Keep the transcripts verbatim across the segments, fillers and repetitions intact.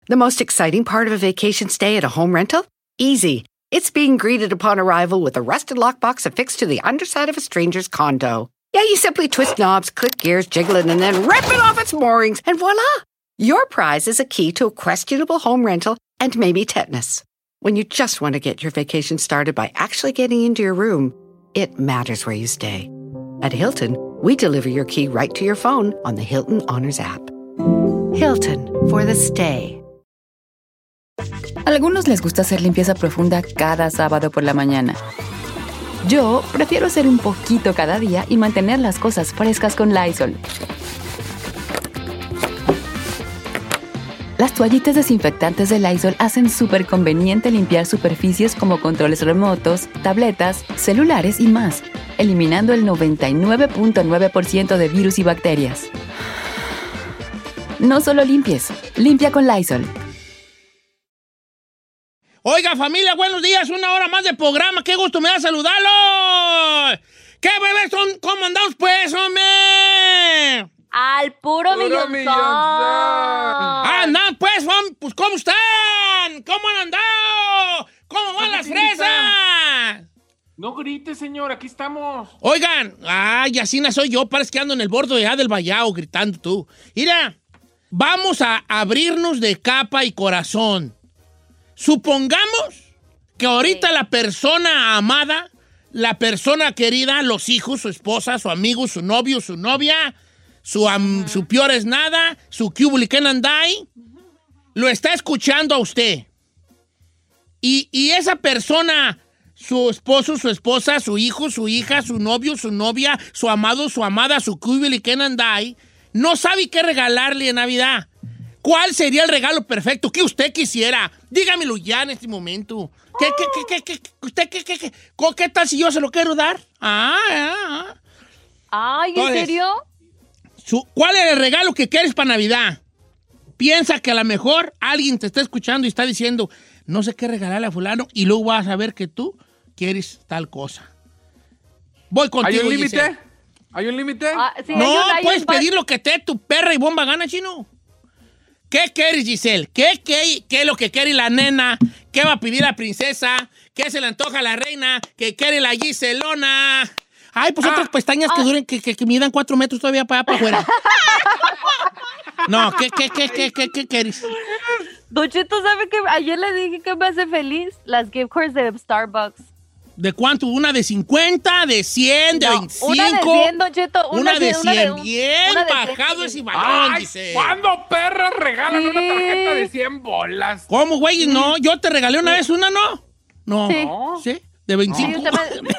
The most exciting part of a vacation stay at a home rental? Easy. It's being greeted upon arrival with a rusted lockbox affixed to the underside of a stranger's condo. Yeah, you simply twist knobs, click gears, jiggle it, and then rip it off its moorings, and voila! Your prize is a key to a questionable home rental and maybe tetanus. When you just want to get your vacation started by actually getting into your room, it matters where you stay. At Hilton, we deliver your key right to your phone on the Hilton Honors app. Hilton, for the stay. A algunos les gusta hacer limpieza profunda cada sábado por la mañana. Yo prefiero hacer un poquito cada día y mantener las cosas frescas con Lysol. Las toallitas desinfectantes de Lysol hacen súper conveniente limpiar superficies como controles remotos, tabletas, celulares y más, eliminando el noventa y nueve punto nueve por ciento de virus y bacterias. No solo limpies, limpia con Lysol. Oiga, familia, buenos días. Una hora más de programa. Qué gusto me da saludarlos. ¿Qué bebés son? ¿Cómo andamos, pues, hombre? Al puro, puro millonzón. millonzón. Ah, andan, pues, hombre. Pues, ¿cómo están? ¿Cómo han andado? ¿Cómo van las fresas? No grites, señor. Aquí estamos. Oigan. Ay, así no soy yo. Parece que ando en el borde ya del vallado gritando tú. Mira, vamos a abrirnos de capa y corazón. Supongamos que ahorita sí. La persona amada, la persona querida, los hijos, su esposa, su amigo, su novio, su novia, su, um, uh-huh. su peor es nada, su cubuli que andai, uh-huh. lo está escuchando a usted. Y, y esa persona, su esposo, su esposa, su hijo, su hija, su novio, su novia, su amado, su amada, su cubuli que andai, no sabe qué regalarle en Navidad. ¿Cuál sería el regalo perfecto que usted quisiera? Dígamelo ya en este momento. ¿Qué, qué, qué, qué, qué, usted, qué, qué, qué, qué tal si yo se lo quiero dar? Ah, ah, ah. Ay, ¿en Entonces, serio? Su, ¿Cuál es el regalo que quieres para Navidad? Piensa que a lo mejor alguien te está escuchando y está diciendo, no sé qué regalarle a fulano, y luego vas a ver que tú quieres tal cosa. Voy contigo, ¿Hay un límite? Giselle. ¿Hay un límite? Ah, sí, no, hay un, hay puedes un... pedir lo que te dé tu perra y bomba gana, chino. ¿Qué quieres, Giselle? ¿Qué, qué, ¿Qué es lo que quiere la nena? ¿Qué va a pedir la princesa? ¿Qué se le antoja a la reina? ¿Qué quiere la Giselona? Ay, pues ah, otras pestañas ah, que duren, que, que, que midan cuatro metros todavía para allá para afuera. No, ¿qué, qué, qué, qué, qué, qué quieres? Don Cheto, ¿sabe que ayer le dije que me hace feliz? Las gift cards de Starbucks. ¿De cuánto? ¿Una de cincuenta, de cien, de no, veinticinco? Una de cien, Don Cheto. Una, una de cien. Una de, bien una de bajado ese balón, dice. ¿Cuándo perras regalan sí. una tarjeta de cien bolas? ¿Cómo, güey? Sí. No, yo te regalé una sí. vez una, ¿no? No. Sí. ¿Sí? ¿De veinticinco? Sí,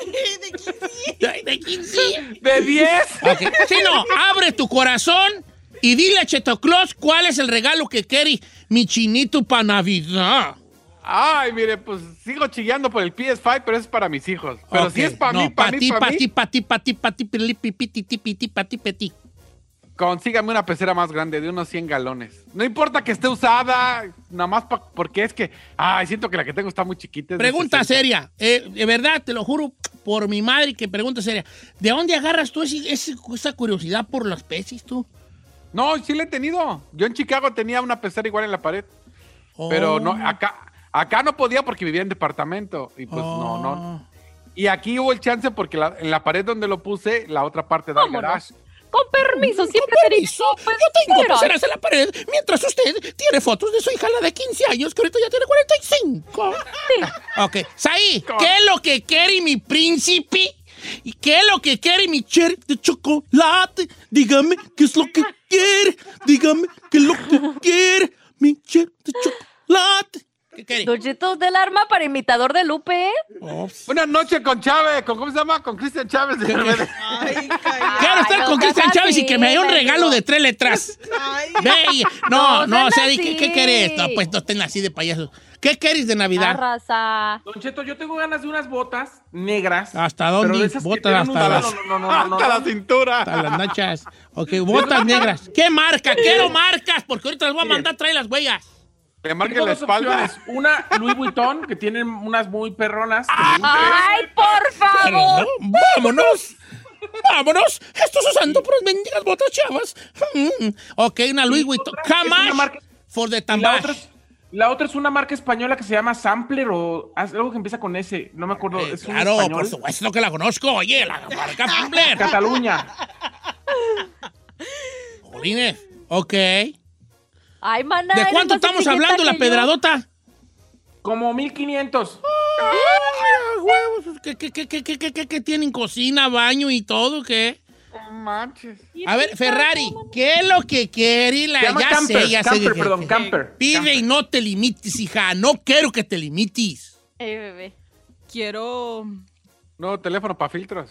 me... ¿De quince? ¿De diez? Okay. Sí, no. Abre tu corazón y dile a Cheto Claus cuál es el regalo que quiere mi chinito para Navidad. Ay, mire, pues sigo chillando por el P S cinco, pero eso es para mis hijos. Pero okay. si es para no, mí, para mí, para mí. Para ti, para ti, para ti, para ti, piti, piti, pati, peti. Consígame una pecera más grande, de unos cien galones. No importa que esté usada, nada más pa, porque es que, ay, siento que la que tengo está muy chiquita. Pregunta seria, eh, de verdad, te lo juro por mi madre que pregunta seria. ¿De dónde agarras tú ese, ese, esa curiosidad por los peces, tú? No, sí la he tenido. Yo en Chicago tenía una pecera igual en la pared. Oh. Pero no, acá... Acá no podía porque vivía en departamento. Y pues oh. no, no. Y aquí hubo el chance porque la, en la pared donde lo puse, la otra parte da el garage. Con permiso, siempre Con permiso. Yo tengo peceras en la pared, mientras usted tiene fotos de su hija, la de quince años, que ahorita ya tiene cuarenta y cinco. Sí. Ok. Saí, ¿qué es lo que quiere mi príncipe? ¿Y qué es lo que quiere mi cherry de chocolate? Dígame qué es lo que quiere. Dígame qué es lo que quiere mi cherry de chocolate. ¿Qué Don Cheto, del arma para imitador de Lupe. Oh. Buenas noches con Chávez, con ¿cómo se llama? Con Cristian Chávez. De Ay, Quiero estar Ay, con Cristian Chávez y que me dé un regalo de tres letras. Ay. Ve, no, no, no o sea, ¿qué, ¿qué querés? No, pues no estén así de payasos. ¿Qué querés de Navidad? Arrasa. Don Cheto, yo tengo ganas de unas botas negras. ¿Hasta dónde? Botas hasta las... No, no, no, no, no, hasta la cintura. Hasta las nachas. Ok, botas negras. ¿Qué marca? Quiero marcas, porque ahorita les voy a mandar a traer las huellas. Le marque la espalda. Opciones. Una Louis Vuitton, que tienen unas muy perronas. ¡Ay, por favor! Pero, ¡vámonos! ¡Vámonos! Estás usando por las mendigas botas, chavas. Mm. Ok, una Louis Vuitton. Come on for the tambaj. La otra es una marca española que se llama Sampler o algo que empieza con S. No me acuerdo. Eh, es un claro, español. por supuesto que la conozco. Oye, la marca Sampler. Cataluña. Jolines. Ok. Ay, maná. ¿De eres cuánto más estamos exigente hablando, que la yo. pedradota? Como mil quinientos. Ay, huevos. ¿Qué, qué, qué, qué, qué, qué, qué, qué tienen? ¿Cocina, baño y todo? ¿Qué? No manches. A ver, Ferrari, ¿qué es lo que quiere? La, Se llama ya camper, sé, ya sé. camper, que- perdón, que- camper. Pide camper. y no te limites, hija. No quiero que te limites. Ey, bebé. Quiero... No, teléfono para filtros.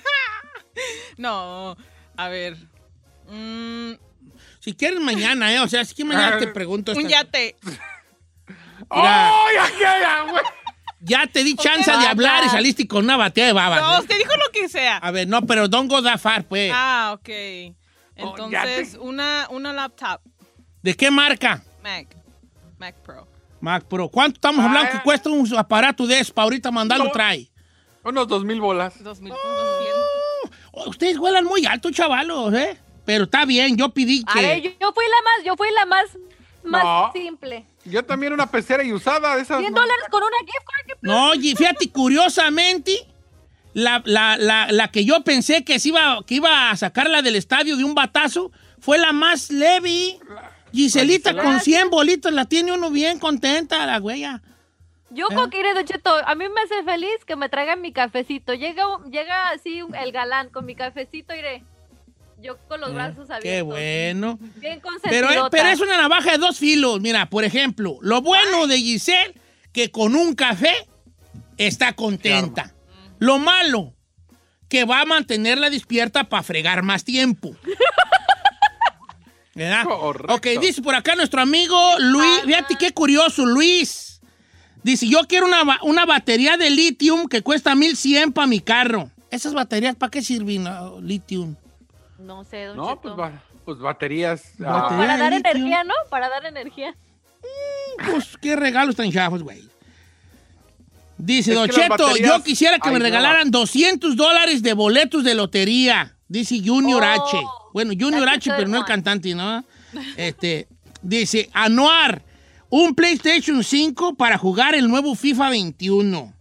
No, a ver. Mm, Si quieres mañana, ¿eh? O sea, si que mañana te pregunto. un esta- yate. Mira. ¡Oh, ya, ya, ya, güey! Ya te di chance de baba. hablar y saliste con una batea de babas. No, ¿eh? usted dijo lo que sea. A ver, no, pero don't go that far, pues. Ah, ok. Oh, ya Entonces, te- una, una laptop. ¿De qué marca? Mac. Mac Pro. Mac Pro. ¿Cuánto estamos hablando Ah. que cuesta un aparato de eso? Para ahorita mandarlo No. trae. Unos dos mil bolas. dos mil Oh, ustedes vuelan muy alto, chavalos, ¿eh? Pero está bien, yo pedí A que... ver, yo, yo fui la más, yo fui la más, más No. simple. Yo también una pecera y usada de esas. cien no. dólares con una gift card. ¿qué No, y fíjate, curiosamente, la, la, la, la que yo pensé que, se iba, que iba a sacarla del estadio de un batazo fue la más leve. Giselita Gisela. con cien bolitos, la tiene uno bien contenta, la güeya. Yo ¿Eh? con que iré, Don Cheto, a mí me hace feliz que me traigan mi cafecito. Llega, llega así un- el galán con mi cafecito, iré. Yo con los brazos abiertos. Qué bueno. Bien Pero, es- consentidota. pero es una navaja de dos filos. Mira, por ejemplo, lo bueno de Giselle, que con un café está contenta. Lo malo, que va a mantenerla despierta para fregar más tiempo. ¿Verdad? Correcto. Ok, dice por acá nuestro amigo Luis. Fíjate qué curioso, Luis. Dice, yo quiero una, ba- una batería de litio que cuesta mil cien para mi carro. ¿Esas baterías para qué sirven, no, litio? No sé, Don No, Cheto. pues, ba- pues baterías. Batería. ah, Para dar de litio. energía, ¿no? Para dar energía. Pues qué regalos tan chafos, güey. Dice, Es Don que las Cheto, baterías- yo quisiera que Ay, me no. regalaran doscientos dólares de boletos de lotería. Dice Junior Oh, H. Bueno, Junior that's a H, good pero no el one. cantante, ¿no? Este, dice, Anuar, un PlayStation cinco para jugar el nuevo FIFA veintiuno.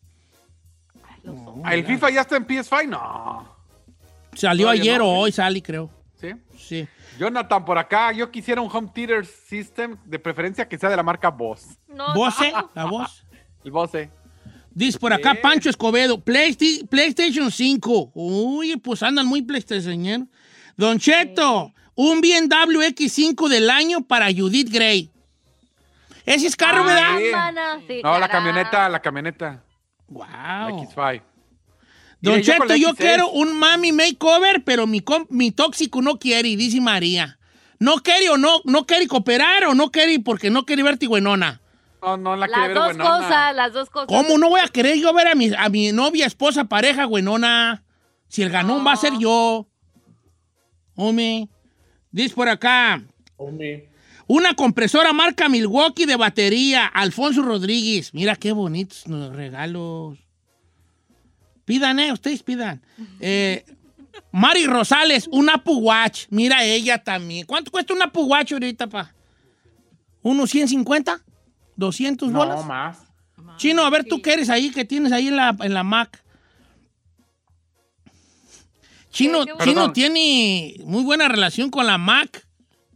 ¿El FIFA ya está en P S cinco? No. Salió Todavía ayer no, o ¿sí? hoy, Sally, creo. ¿Sí? Sí. Jonathan, por acá, yo quisiera un home theater system, de preferencia que sea de la marca Bose. No, ¿Bose? no. ¿La voz? El Bose. Dice por acá Sí. Pancho Escobedo, Playsti- PlayStation cinco. Uy, pues andan muy PlayStation. Don Cheto, un B M W X cinco del año para Judith Gray. Ese es carro, Ah, ¿verdad? sí. Mana, sí, No, la caray. camioneta, la camioneta. La Wow. X cinco. Don Mire, yo Cheto, con la yo X seis. quiero un mami makeover, pero mi, com- mi tóxico no quiere, dice María. No quiere o no, no quiere cooperar o no quiere porque no quiere verte buenona. No, no la Las quiere ver dos buenona. cosas, las dos cosas. ¿Cómo no voy a querer yo ver a mi, a mi novia, esposa, pareja, buenona? Si el ganón va a ser yo. Hombre. Dice por acá. Una compresora marca Milwaukee de batería. Alfonso Rodríguez. Mira qué bonitos los regalos. Pidan, eh, ustedes pidan. Eh, Mari Rosales, un Apple Watch. Mira ella también. ¿Cuánto cuesta un Apple Watch ahorita, pa? ¿Unos ciento cincuenta? ¿doscientos bolas? No, más. Chino, a ver tú qué eres ahí, que tienes ahí en la, en la Mac. Chino, ¿Qué, qué Chino Perdón. tiene muy buena relación con la Mac.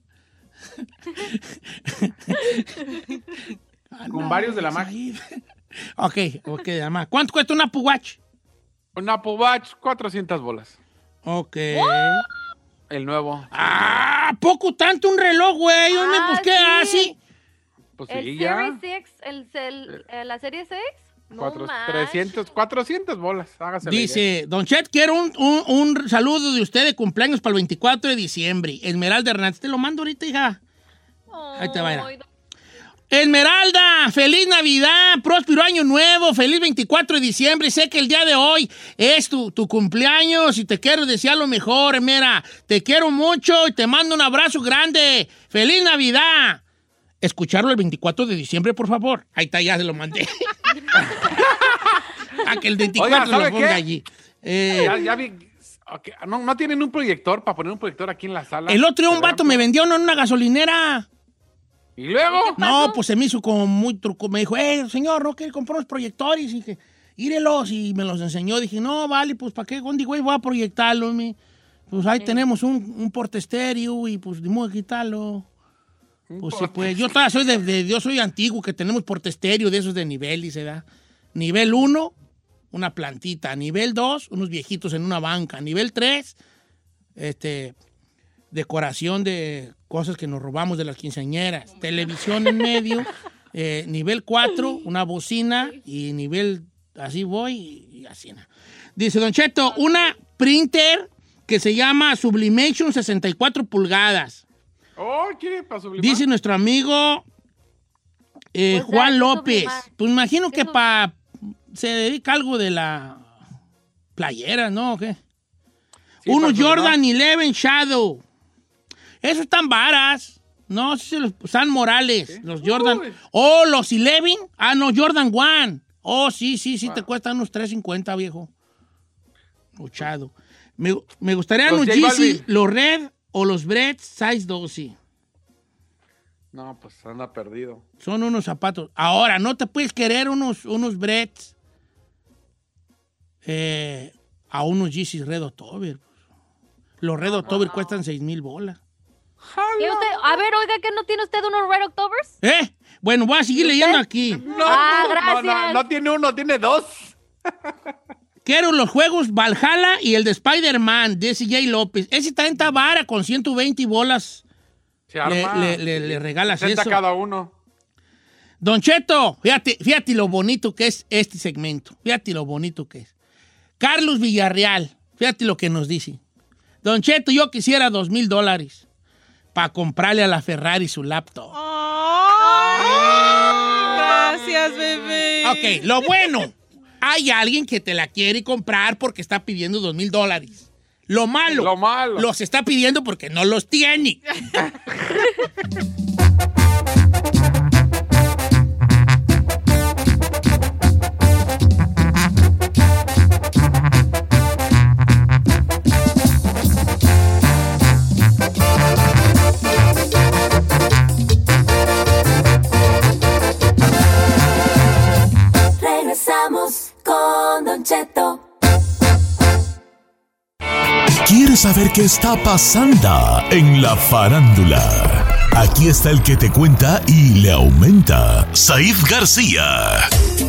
Con varios de la Mac. Ahí. Ok, ok, de la Mac. ¿Cuánto cuesta un Apple Watch? Un Apple Watch, cuatrocientas bolas. Ok. El nuevo. Ah, poco tanto un reloj, güey. Hombre, Ah, pues, ¿qué sí. hace? Pues El sí, Series ya. seis, el, el- eh, la serie seis. No Cuatro- manches. trescientas, cuatrocientas bolas. Hágase la idea. Dice, Don Chet, quiero un, un, un saludo de usted de cumpleaños para el veinticuatro de diciembre. Esmeralda Hernández. Te lo mando ahorita, hija. Ahí te va, mira. Ay, don- Esmeralda, feliz Navidad, próspero año nuevo, feliz veinticuatro de diciembre. Sé que el día de hoy es tu, tu cumpleaños y te quiero desear lo mejor, mira. Te quiero mucho y te mando un abrazo grande. ¡Feliz Navidad! Escucharlo el veinticuatro de diciembre, por favor. Ahí está, ya se lo mandé. A que el veinticuatro Oiga, se lo ¿sabe ponga qué? allí. Eh, Ya, ya vi. Ok, ¿No, ¿No tienen un proyector para poner un proyector aquí en la sala? el otro día un ¿Se verá? vato me vendió uno en una gasolinera. ¿Y luego? No, pues se me hizo como muy truco. Me dijo, eh, señor, ¿no quiere comprar unos proyectores? Y dije, írelos. Y me los enseñó. Dije, no, vale, pues ¿para qué? ¿Dónde, güey, voy a proyectarlo? Mi? Pues ahí sí. tenemos un, un portestéreo y pues ni modo de quitarlo. Pues sí, pues yo todavía soy de, de, yo soy antiguo, que tenemos portestéreo de esos de nivel, dice, ¿da? Nivel uno, una plantita. Nivel dos, unos viejitos en una banca. Nivel tres, este, decoración de cosas que nos robamos de las quinceañeras. Televisión en medio. Eh, nivel cuatro, una bocina. Y nivel, así voy y, y así. ¿no? Dice, Don Cheto, una printer que se llama Sublimation sesenta y cuatro pulgadas. Oh, ¿quiere para sublimar? Dice nuestro amigo eh, Pues, Juan ¿qué López. sublimar? Pues imagino que sub- para se dedica a algo de la playera, ¿no? ¿O qué? Sí, Unos para Jordan once Shadow. Esos están varas. No, sí, los San Morales. ¿Sí? Los Jordan. Uy. Oh, los once. Ah, no, Jordan one. Oh, sí, sí, sí, Wow. te cuestan unos tres cincuenta, viejo. Luchado. Me, me gustaría Los unos J Yeezy, Balvin. los Red o los Bread size doce. No, pues anda perdido. Son unos zapatos. Ahora, no te puedes querer unos, unos Bretts eh, a unos Yeezy Red October. Los Red October cuestan seis mil bolas. ¿Y usted- a ver, oiga, ¿que no tiene usted unos Red Octobers? ¿Eh? Bueno, voy a seguir leyendo aquí. No, Ah, no, gracias. No, no tiene uno, tiene dos. Quiero los juegos Valhalla y el de Spider-Man de ese J. López. Ese también está vara con ciento veinte bolas. Se Le, arma. le- le- le regalas sesenta eso. cada uno. Don Cheto, fíjate, fíjate lo bonito que es este segmento. Fíjate lo bonito que es. Carlos Villarreal, fíjate lo que nos dice. Don Cheto, yo quisiera dos mil dólares para comprarle a la Ferrari su laptop. Ay, gracias, bebé. Ok, lo bueno, hay alguien que te la quiere comprar porque está pidiendo dos mil dólares. Lo malo, Lo malo. los está pidiendo porque no los tiene. Regresamos con Don Cheto. ¿Quieres saber qué está pasando en la farándula? Aquí está el que te cuenta y le aumenta, Saif García.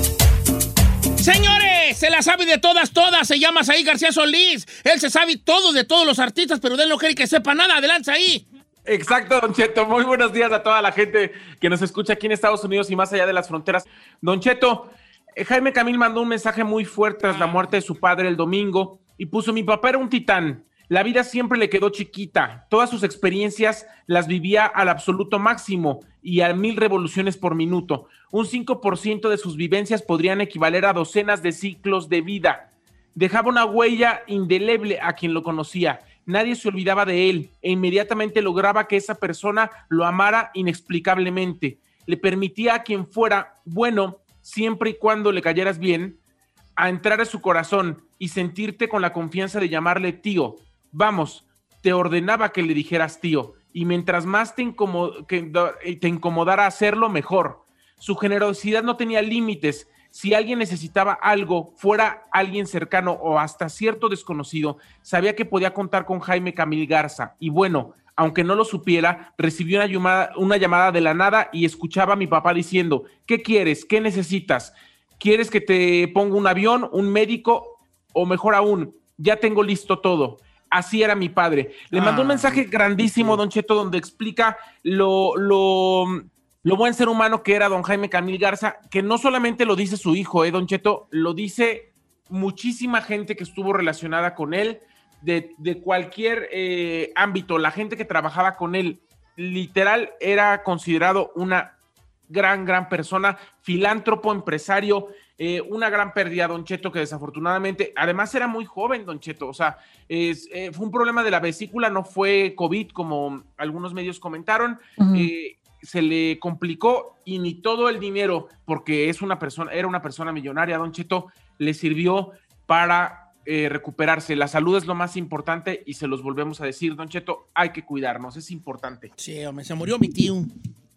Señores, se la sabe de todas, todas. Se llama Saí García Solís. Él se sabe todo de todos los artistas, pero de él no quiere que sepa nada. Adelante, Saí. Exacto, Don Cheto. Muy buenos días a toda la gente que nos escucha aquí en Estados Unidos y más allá de las fronteras. Don Cheto, eh, Jaime Camil mandó un mensaje muy fuerte tras la muerte de su padre el domingo y puso: mi papá era un titán. La vida siempre le quedó chiquita. Todas sus experiencias las vivía al absoluto máximo y a mil revoluciones por minuto. Un cinco por ciento de sus vivencias podrían equivaler a docenas de ciclos de vida. Dejaba una huella indeleble a quien lo conocía. Nadie se olvidaba de él e inmediatamente lograba que esa persona lo amara inexplicablemente. Le permitía a quien fuera bueno, siempre y cuando le cayeras bien, a entrar a su corazón y sentirte con la confianza de llamarle tío. Vamos, te ordenaba que le dijeras tío, y mientras más te, incomod- que, te incomodara hacerlo, mejor. Su generosidad no tenía límites. Si alguien necesitaba algo, fuera alguien cercano o hasta cierto desconocido, sabía que podía contar con Jaime Camil Garza. Y bueno, aunque no lo supiera, recibió una llamada, una llamada de la nada y escuchaba a mi papá diciendo: ¿qué quieres? ¿Qué necesitas? ¿Quieres que te ponga un avión, un médico? O mejor aún, ya tengo listo todo. Así era mi padre. Le Ah, mandó un mensaje grandísimo, Don Cheto, donde explica lo, lo, lo buen ser humano que era don Jaime Camil Garza, que no solamente lo dice su hijo, eh, Don Cheto, lo dice muchísima gente que estuvo relacionada con él, de, de cualquier eh, ámbito. La gente que trabajaba con él, literal, era considerado una gran, gran persona, filántropo, empresario, eh, una gran pérdida, Don Cheto, que desafortunadamente, además era muy joven, Don Cheto, o sea, es, eh, fue un problema de la vesícula, no fue COVID, como algunos medios comentaron, Ujú. eh, se le complicó y ni todo el dinero, porque es una persona, era una persona millonaria, Don Cheto, le sirvió para eh, recuperarse. La salud es lo más importante y se los volvemos a decir, Don Cheto, hay que cuidarnos, es importante. Sí, hombre, se murió mi tío.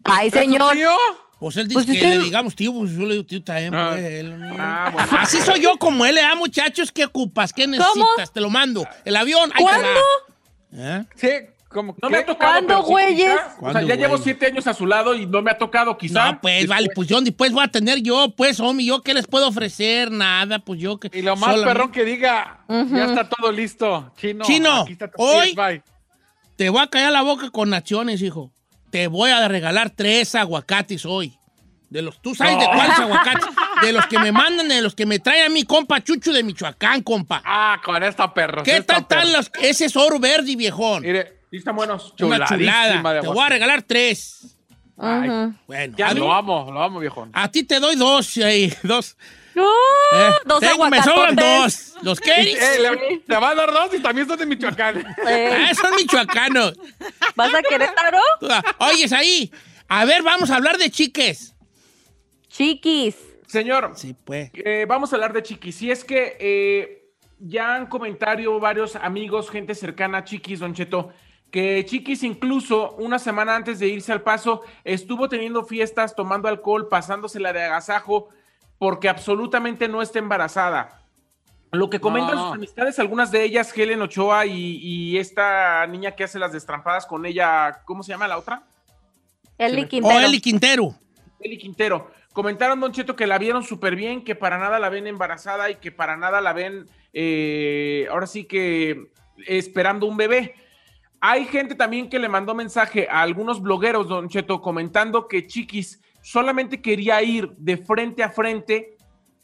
Ay, señor. ¿Tío? Pues él dice Pues que usted- le digamos tío, pues yo le digo tío también. Ah. Pues, él, Ah, bueno. Así soy yo como él, ¿eh? Muchachos, ¿qué ocupas? ¿Qué necesitas? Te lo mando. El avión, ahí te ¿Cuándo? va. ¿Eh? Sí, como No que- me ha tocado. ¿Cuándo, pero sí, güeyes? quizá. O sea, ¿Cuándo, ya llevo güey? siete años a su lado y no me ha tocado, quizá. No, pues vale, pues yo después voy a tener yo, pues, homie, ¿yo qué les puedo ofrecer? Nada, pues yo que... Y lo más solamente- perrón que diga, ya está todo listo. Chino, Chino, aquí está tu hoy- P S, bye. Te voy a callar la boca con acciones, hijo. Te voy a regalar tres aguacates hoy. De los, ¿tú sabes de cuáles aguacates? De los que me mandan, de los que me trae a mi compa Chucho de Michoacán, compa. Ah, con esta perro. ¿Qué tal están los, ese es oro verde, viejón? Mire, Sí, están buenos. Una chuladísima chulada. de Te voy a aguacate. regalar tres. Ay, Bueno, Ya a, lo mí- amo, lo amo, viejón. a ti te doy dos, ahí, dos. No, Eh, dos tengo- me sobran aguacatotes. dos. ¿Los Y- quieres? eh, le, te va a dar dos y también son de Michoacán. Eh, Ah, son michoacanos. ¿Vas a Querétaro? Oyes ahí. A ver, vamos a hablar de chiques. Chiquis. Señor, Sí, pues. eh, vamos a hablar de Chiquis. Si es que eh, ya han comentado varios amigos, gente cercana a Chiquis, Don Cheto, que Chiquis incluso una semana antes de irse al Paso estuvo teniendo fiestas, tomando alcohol, pasándosela de agasajo, porque absolutamente no está embarazada. Lo que comentan No. sus amistades, algunas de ellas, Helen Ochoa y, y esta niña que hace las destrampadas con ella, ¿cómo se llama la otra? Eli O Quintero. Eli Quintero. Eli Quintero. Comentaron, Don Cheto, que la vieron súper bien, que para nada la ven embarazada y que para nada la ven, eh, ahora sí que esperando un bebé. Hay gente también que le mandó mensaje a algunos blogueros, Don Cheto, comentando que Chiquis solamente quería ir de frente a frente,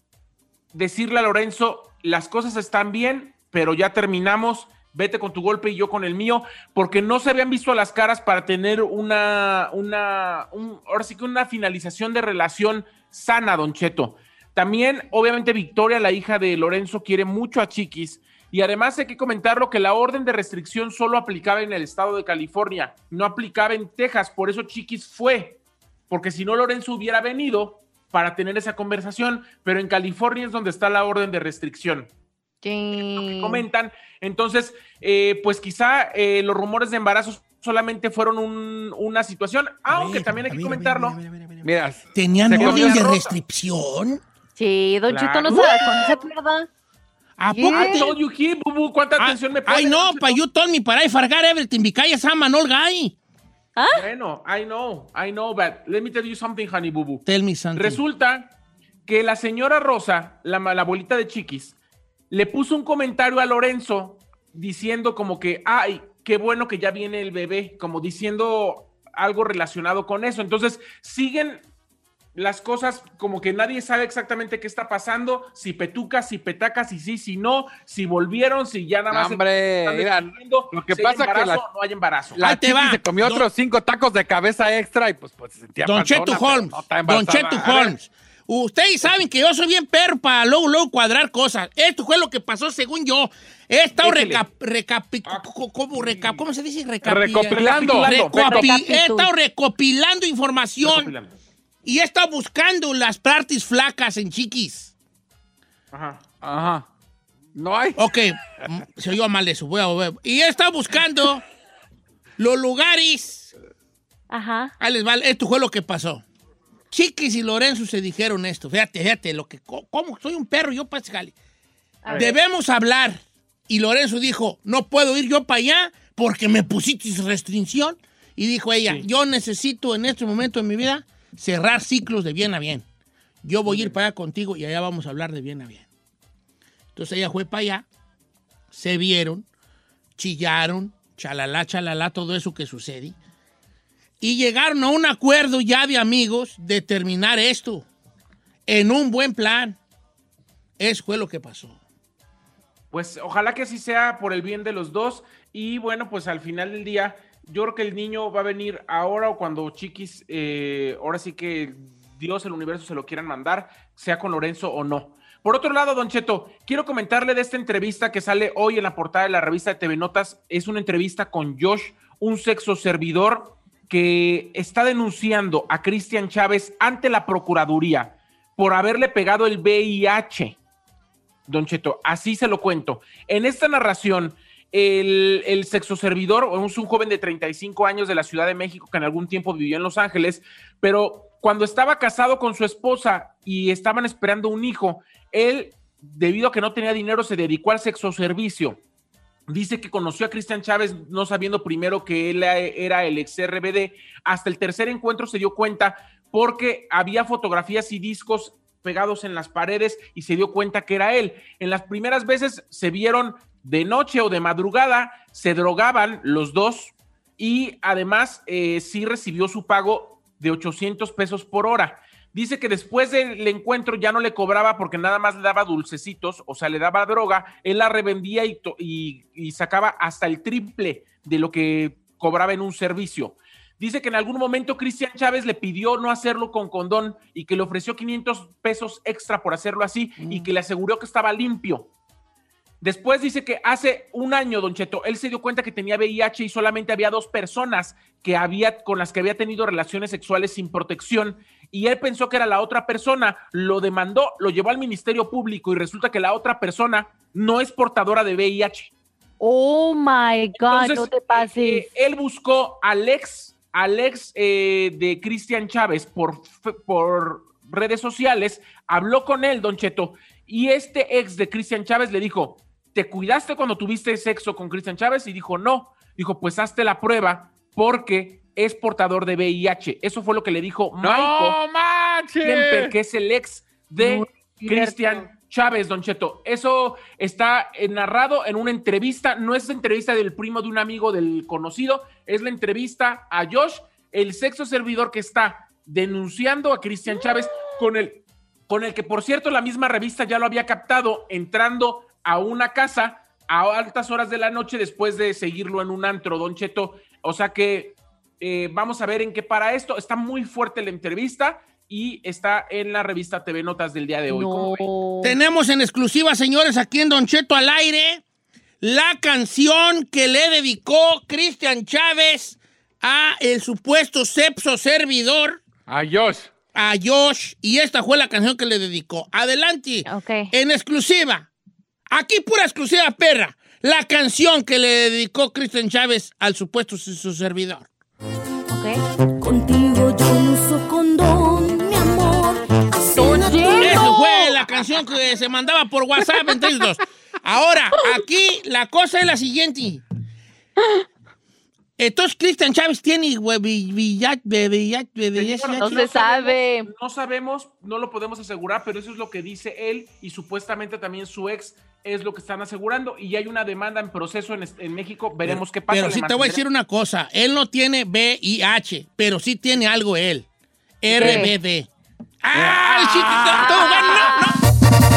decirle a Lorenzo, las cosas están bien, pero ya terminamos, vete con tu golpe y yo con el mío, porque no se habían visto a las caras para tener una, una, un, ahora sí que una finalización de relación sana, Don Cheto. También, obviamente, Victoria, la hija de Lorenzo, quiere mucho a Chiquis, y además hay que comentarlo que la orden de restricción solo aplicaba en el estado de California, no aplicaba en Texas, por eso Chiquis fue, porque si no Lorenzo hubiera venido para tener esa conversación, pero en California es donde está la orden de restricción. Sí. Comentan, entonces, eh, pues quizá eh, los rumores de embarazo solamente fueron un- una situación, aunque ver, también hay a que ver, a ver, comentarlo. a ver, a ver, a ver, a ver. Mira, ¿Tenían Se orden comió de rosa. restricción? Sí, Don Claro. Chito, no se, no se pierda. ¿A Yeah. poco? I told you he, bubu, ¿cuánta Ah, atención me pones? Ay, no, Don Cheto? pa' you told me para I forgot everything because I'm an old guy. Bueno, I know, I know, but let me tell you something, honey, bubu. Tell me something. Resulta que la señora Rosa, la, la abuelita de Chiquis, le puso un comentario a Lorenzo diciendo como que, ay, qué bueno que ya viene el bebé, como diciendo algo relacionado con eso. Entonces, siguen las cosas como que nadie sabe exactamente qué está pasando, si petucas, si petacas, si sí, si no, si volvieron, si ya nada más... Hombre, están mira, decidiendo lo que si hay pasa que embarazo la- o no hay embarazo. la Ahí te Chiquis va. se comió Don- otros cinco tacos de cabeza extra y pues, pues se sentía Don panzona, Cheto pero Holmes. no está Don embarazada. Cheto A ver, Holmes. Ustedes saben que yo soy bien perro para luego, luego cuadrar cosas. Esto fue lo que pasó según yo. He estado Échele. recap, recapi- co- ¿cómo, recap- ¿cómo se dice? Recapi- Recopilando. Recopi- he Recapitula- estado recopilando información Recopilando. y he estado buscando las partes flacas en Chiquis. Ajá. Ajá. No hay. Ok, mm, se oyó mal eso. Voy a volver. Y he estado buscando los lugares. Ajá. Ahí les va. Esto fue lo que pasó. Chiquis y Lorenzo se dijeron esto. Fíjate, fíjate, lo que, ¿cómo soy un perro yo, Pascal? A ver. Debemos hablar. Y Lorenzo dijo, no puedo ir yo para allá porque me pusiste restricción. Y dijo ella, Sí. yo necesito en este momento de mi vida cerrar ciclos de bien a bien. Yo voy a ir para allá contigo y allá vamos a hablar de bien a bien. Entonces ella fue para allá, se vieron, chillaron, chalala, chalala, todo eso que sucede. Y llegaron a un acuerdo ya de amigos de terminar esto en un buen plan. Eso fue lo que pasó. Pues ojalá que así sea por el bien de los dos. Y bueno, pues al final del día, yo creo que el niño va a venir ahora o cuando Chiquis, eh, ahora sí que Dios, el universo se lo quieran mandar, sea con Lorenzo o no. Por otro lado, Don Cheto, quiero comentarle de esta entrevista que sale hoy en la portada de la revista de T V Notas. Es una entrevista con Josh, un sexo servidor que está denunciando a Cristian Chávez ante la Procuraduría por haberle pegado el V I H. Don Cheto, así se lo cuento. En esta narración, el, el sexoservidor, es un joven de treinta y cinco años de la Ciudad de México que en algún tiempo vivió en Los Ángeles, pero cuando estaba casado con su esposa y estaban esperando un hijo, él, debido a que no tenía dinero, se dedicó al sexoservicio. Dice que conoció a Cristian Chávez no sabiendo primero que él era el ex R B D. Hasta el tercer encuentro se dio cuenta porque había fotografías y discos pegados en las paredes y se dio cuenta que era él. En las primeras veces se vieron de noche o de madrugada, se drogaban los dos y además eh, sí recibió su pago de ochocientos pesos por hora. Dice que después del encuentro ya no le cobraba porque nada más le daba dulcecitos, o sea, le daba droga, él la revendía y, to- y, y sacaba hasta el triple de lo que cobraba en un servicio. Dice que en algún momento Cristian Chávez le pidió no hacerlo con condón y que le ofreció quinientos pesos extra por hacerlo así mm. y que le aseguró que estaba limpio. Después dice que hace un año, Don Cheto, él se dio cuenta que tenía V I H y solamente había dos personas que había, con las que había tenido relaciones sexuales sin protección y él pensó que era la otra persona, lo demandó, lo llevó al Ministerio Público y resulta que la otra persona no es portadora de V I H. Oh my God, Entonces, no te pases. Eh, él buscó al ex, al ex eh, de Cristian Chávez por, por redes sociales, habló con él, Don Cheto, y este ex de Cristian Chávez le dijo: ¿te cuidaste cuando tuviste sexo con Cristian Chávez? Y dijo, no. Dijo, pues hazte la prueba porque es portador de V I H. Eso fue lo que le dijo ¡No Michael manches! Kemper, que es el ex de No, Cristian Chávez, Don Cheto. Eso está narrado en una entrevista. No es entrevista del primo de un amigo del conocido, es la entrevista a Josh, el sexo servidor que está denunciando a Cristian Chávez, con el, con el que, por cierto, la misma revista ya lo había captado entrando a una casa a altas horas de la noche después de seguirlo en un antro, Don Cheto. O sea que eh, vamos a ver en qué para esto. Está muy fuerte la entrevista y está en la revista T V Notas del día de hoy. No. Tenemos en exclusiva, señores, aquí en Don Cheto al aire, la canción que le dedicó Cristian Chávez a el supuesto sexo servidor. A Josh. A Josh. Y esta fue la canción que le dedicó. Adelante. Ok. En exclusiva. Aquí pura exclusiva, perra. La canción que le dedicó Cristian Chávez al supuesto su servidor. Ok. Contigo yo no uso condón, mi amor. Eso fue la canción que se mandaba por WhatsApp entre ellos dos. Ahora, aquí la cosa es la siguiente. Entonces, Cristian Chávez tiene V I H. No se sabe. No sabemos, no lo podemos asegurar, pero eso es lo que dice él y supuestamente también su ex es lo que están asegurando y hay una demanda en proceso en, en México. Veremos pero, qué pasa. Pero sí te voy a decir una cosa. Él no tiene V I H, pero sí tiene algo él. R B D. ¡Ah! ¡Ah! Todo bueno, no, no.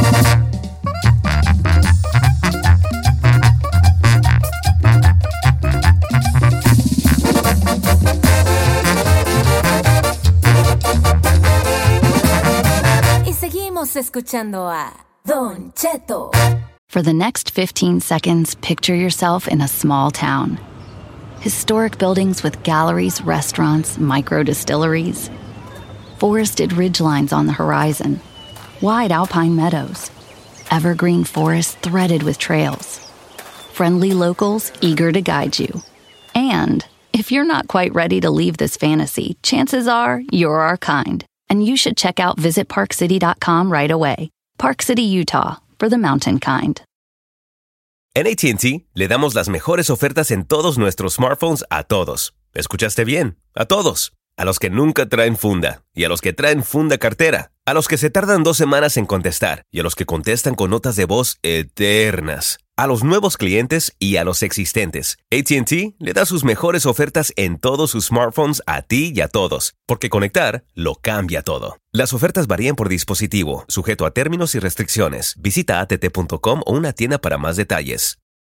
Seguimos escuchando a Don Cheto. For the next fifteen seconds, picture yourself in a small town. Historic buildings with galleries, restaurants, micro distilleries. Forested ridgelines on the horizon. Wide alpine meadows. Evergreen forests threaded with trails. Friendly locals eager to guide you. And if you're not quite ready to leave this fantasy, chances are you're our kind. And you should check out visit park city dot com right away. Park City, Utah, for the mountain kind. En A T and T le damos las mejores ofertas en todos nuestros smartphones a todos. ¿Escuchaste bien? A todos. A los que nunca traen funda y a los que traen funda cartera. A los que se tardan dos semanas en contestar y a los que contestan con notas de voz eternas. A los nuevos clientes y a los existentes. A T and T le da sus mejores ofertas en todos sus smartphones a ti y a todos, porque conectar lo cambia todo. Las ofertas varían por dispositivo, sujeto a términos y restricciones. Visita A T T punto com o una tienda para más detalles.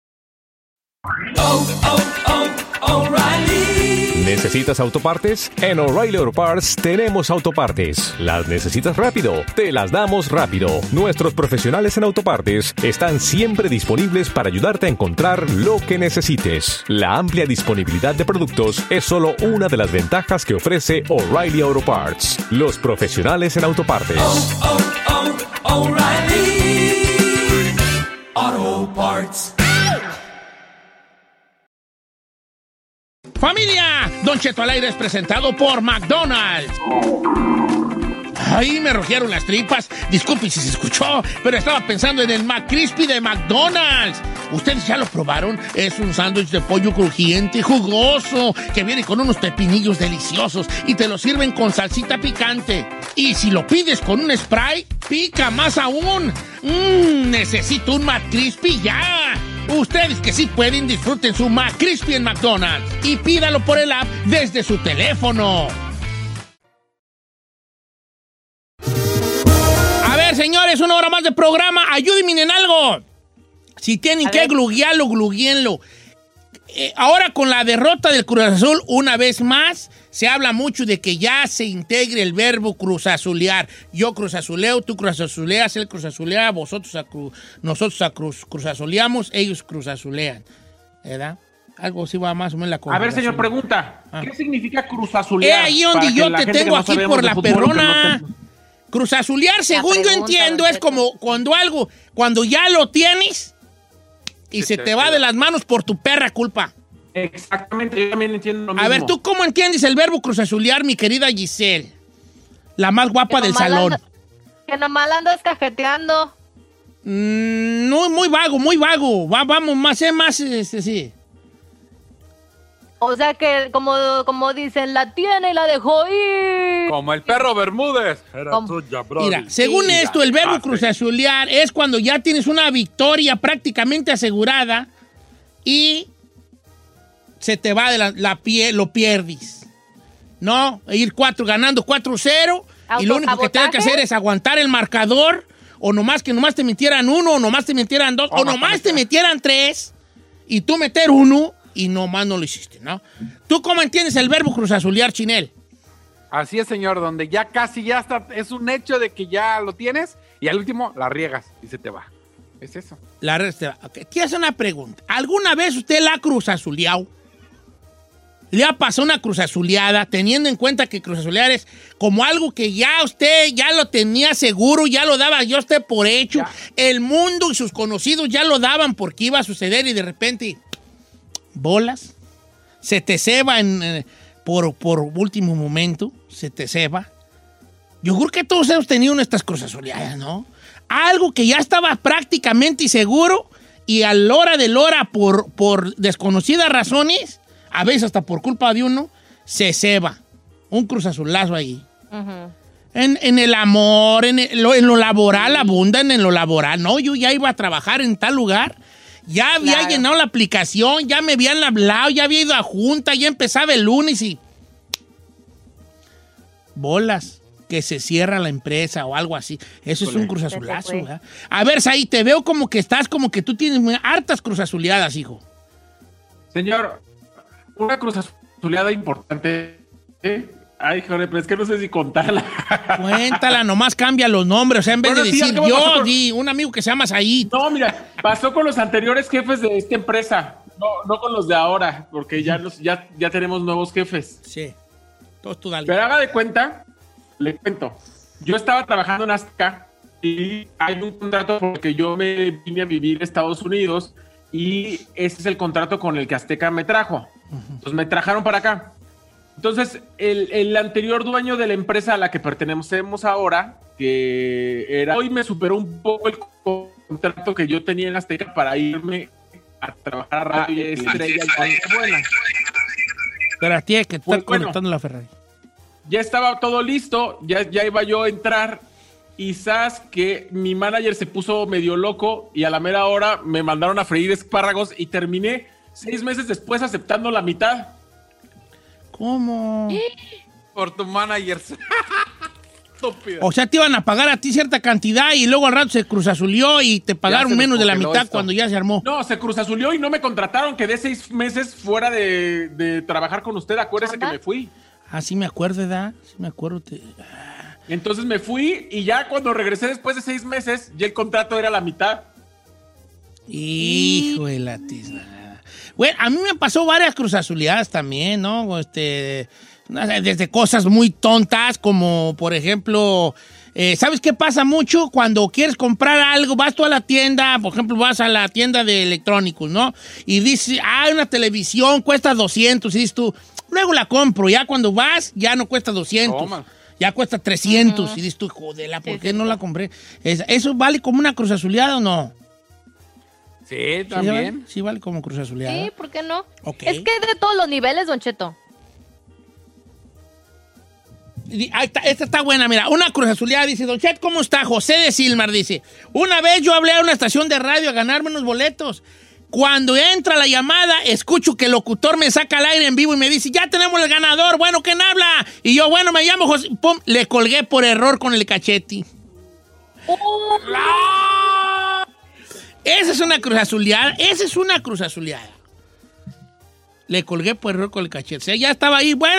Oh, oh, oh, O'Reilly. ¿Necesitas autopartes? En O'Reilly Auto Parts tenemos autopartes. ¿Las necesitas rápido? Te las damos rápido. Nuestros profesionales en autopartes están siempre disponibles para ayudarte a encontrar lo que necesites. La amplia disponibilidad de productos es solo una de las ventajas que ofrece O'Reilly Auto Parts. Los profesionales en autopartes. Oh, oh, oh, O'Reilly Auto Parts. ¡Familia! Don Cheto al aire es presentado por McDonald's. Ay, me rugieron las tripas. Disculpe si se escuchó, pero estaba pensando en el McCrispy de McDonald's. ¿Ustedes ya lo probaron? Es un sándwich de pollo crujiente y jugoso que viene con unos pepinillos deliciosos y te lo sirven con salsita picante. Y si lo pides con un spray, pica más aún. Mmm, necesito un McCrispy ya. Ustedes que sí pueden, disfruten su McCrispy en McDonald's y pídalo por el app desde su teléfono. A ver, señores, una hora más de programa. Ayúdenme en algo. Si tienen que gluguearlo, gluguienlo. Eh, ahora con la derrota del Cruz Azul, una vez más, se habla mucho de que ya se integre el verbo cruzazulear. Yo cruzazuleo, tú cruzazuleas, él cruzazulea, vosotros a cru, nosotros a cruz, cruzazuleamos, ellos cruzazulean. ¿Verdad? Algo así va más o menos la conversación. A ver, señor, pregunta. Ah. ¿Qué significa cruzazulear? Es ahí donde yo te tengo no aquí por la perrona. No te... Cruzazulear, según yo entiendo, es como cuando algo, cuando ya lo tienes y se te va de las manos por tu perra culpa. Exactamente, yo también entiendo lo mismo. A ver, ¿tú cómo entiendes el verbo cruzazulear, mi querida Giselle? La más guapa del salón. Anda, que nomás la andas cajeteando. Mm, no, muy vago, muy vago. Va, vamos, más, eh, más, este, sí. O sea que, como, como dicen, la tiene y la dejó ir. Como el perro Bermúdez. Era Como, tuya, brody. Mira, según sí, esto, el verbo cruzazulear es cuando ya tienes una victoria prácticamente asegurada y se te va de la, la pie, lo pierdes. ¿No? Ir cuatro, ganando cuatro cero y lo único que tienes que hacer es aguantar el marcador o nomás que nomás te metieran uno o nomás te metieran dos o, o nomás te metieran tres y tú meter uno y nomás no lo hiciste, ¿no? ¿Tú cómo entiendes el verbo cruzazulear, Chinel? Así es, señor, donde ya casi ya está, es un hecho de que ya lo tienes y al último la riegas y se te va. Es eso. La riegas te va. Okay. Te hace una pregunta. ¿Alguna vez usted la ha cruzazuleado? ¿Le ha pasado una cruzazuleada teniendo en cuenta que cruzazulear es como algo que ya usted ya lo tenía seguro, ya lo daba ya usted por hecho? Ya. El mundo y sus conocidos ya lo daban porque iba a suceder y de repente... bolas, se te ceba en, eh, por, por último momento, se te ceba. Yo creo que todos hemos tenido nuestras cruzazuleadas, ¿no? Algo que ya estaba prácticamente seguro y a la hora de la hora, por, por desconocidas razones, a veces hasta por culpa de uno, se ceba. Un cruzazulazo ahí. Uh-huh. En, en el amor, en, el, en lo laboral, abundan en lo laboral. No, yo ya iba a trabajar en tal lugar. Ya había claro. llenado la aplicación, ya me habían hablado, ya había ido a junta, ya empezaba el lunes y... bolas, que se cierra la empresa o algo así. Eso Híjole. Es un cruzazulazo, ¿verdad? A ver, Saí, te veo como que estás, como que tú tienes muy hartas cruzazuleadas, hijo. Señor, una cruzazuleada importante... ¿eh? Ay, joder, pero es que no sé si contarla. Cuéntala, nomás cambia los nombres. O sea, en vez bueno, de decir sí, yo, con... di un amigo que se llama Said. No, mira, pasó con los anteriores jefes de esta empresa. No, no con los de ahora, porque ya, los, ya, ya tenemos nuevos jefes. Sí. Todos tú dale. Pero haga de cuenta, le cuento. Yo estaba trabajando en Azteca y hay un contrato porque yo me vine a vivir a Estados Unidos y ese es el contrato con el que Azteca me trajo. Uh-huh. Entonces me trajeron para acá. Entonces, el, el anterior dueño de la empresa a la que pertenecemos ahora, que era, hoy me superó un poco el contrato que yo tenía en Azteca para irme a trabajar a Radio Estrella. Buena. Pero a ti es que está pues, conectando bueno, la Ferrari. Ya estaba todo listo, ya, ya iba yo a entrar y sabes que mi manager se puso medio loco y a la mera hora me mandaron a freír espárragos y terminé seis meses después aceptando la mitad. ¿Cómo? Por tu manager. O sea, te iban a pagar a ti cierta cantidad y luego al rato se cruzazulió y te pagaron menos de la mitad esto. Cuando ya se armó. No, se cruzazulió y no me contrataron. Quedé seis meses fuera de, de trabajar con usted. Acuérdese que me fui. Ah, sí me acuerdo, ¿verdad? Sí me acuerdo. Te... Entonces me fui y ya cuando regresé después de seis meses, ya el contrato era la mitad. Hijo de la tizna. Bueno, a mí me pasó varias cruzazuleadas también, ¿no? Este, Desde cosas muy tontas como, por ejemplo, eh, ¿sabes qué pasa mucho? Cuando quieres comprar algo, vas tú a la tienda, por ejemplo, vas a la tienda de electrónicos, ¿no? Y dices, ah, una televisión cuesta doscientos, y dices tú, luego la compro. Ya cuando vas, ya no cuesta doscientos. Toma. Ya cuesta trescientos. Uh-huh. Y dices tú, jodela, ¿por sí, qué sí, no sí. la compré? ¿Eso vale como una cruz azuleada o no? Sí, también. ¿Sí vale, sí vale como cruz azuleada? Sí, ¿por qué no? Okay. Es que es de todos los niveles, Don Cheto. Ahí está, esta está buena, mira. Una cruz azuleada dice, Don Chet, ¿cómo está? José de Silmar dice, una vez yo hablé a una estación de radio a ganarme unos boletos. Cuando entra la llamada, escucho que el locutor me saca al aire en vivo y me dice, ya tenemos el ganador, bueno, ¿quién habla? Y yo, bueno, me llamo José. Pum, le colgué por error con el cachete. Oh. Esa es una cruz azuleada, esa es una cruz azuleada. Le colgué por error con el cachete. O sea, ya estaba ahí, bueno...